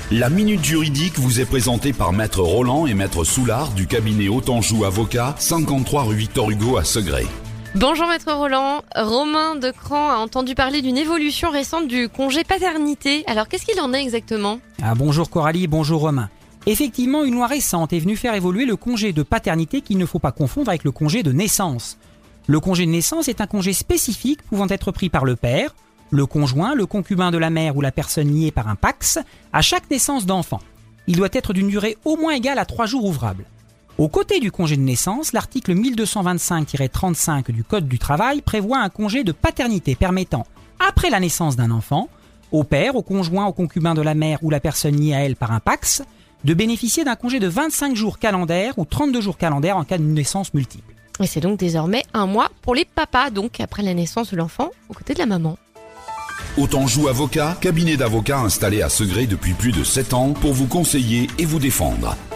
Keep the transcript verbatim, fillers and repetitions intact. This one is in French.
La Minute Juridique vous est présentée par Maître Roland et Maître Soulard du cabinet Autanjou Avocat, cinquante-trois rue Victor Hugo à Segré. Bonjour Maître Roland, Romain de Cran a entendu parler d'une évolution récente du congé paternité. Alors qu'est-ce qu'il en est exactement ? Ah, bonjour Coralie, bonjour Romain. Effectivement, une loi récente est venue faire évoluer le congé de paternité qu'il ne faut pas confondre avec le congé de naissance. Le congé de naissance est un congé spécifique pouvant être pris par le père, le conjoint, le concubin de la mère ou la personne liée par un pax à chaque naissance d'enfant. Il doit être d'une durée au moins égale à trois jours ouvrables. Aux côtés du congé de naissance, l'article mille deux cent vingt-cinq tiret trente-cinq du Code du travail prévoit un congé de paternité permettant, après la naissance d'un enfant, au père, au conjoint, au concubin de la mère ou la personne liée à elle par un pax, de bénéficier d'un congé de vingt-cinq jours calendaires ou trente-deux jours calendaires en cas de naissance multiple. Et c'est donc désormais un mois pour les papas, donc après la naissance de l'enfant, aux côtés de la maman. Autanjou Avocat, cabinet d'avocats installé à Segré depuis plus de sept ans pour vous conseiller et vous défendre.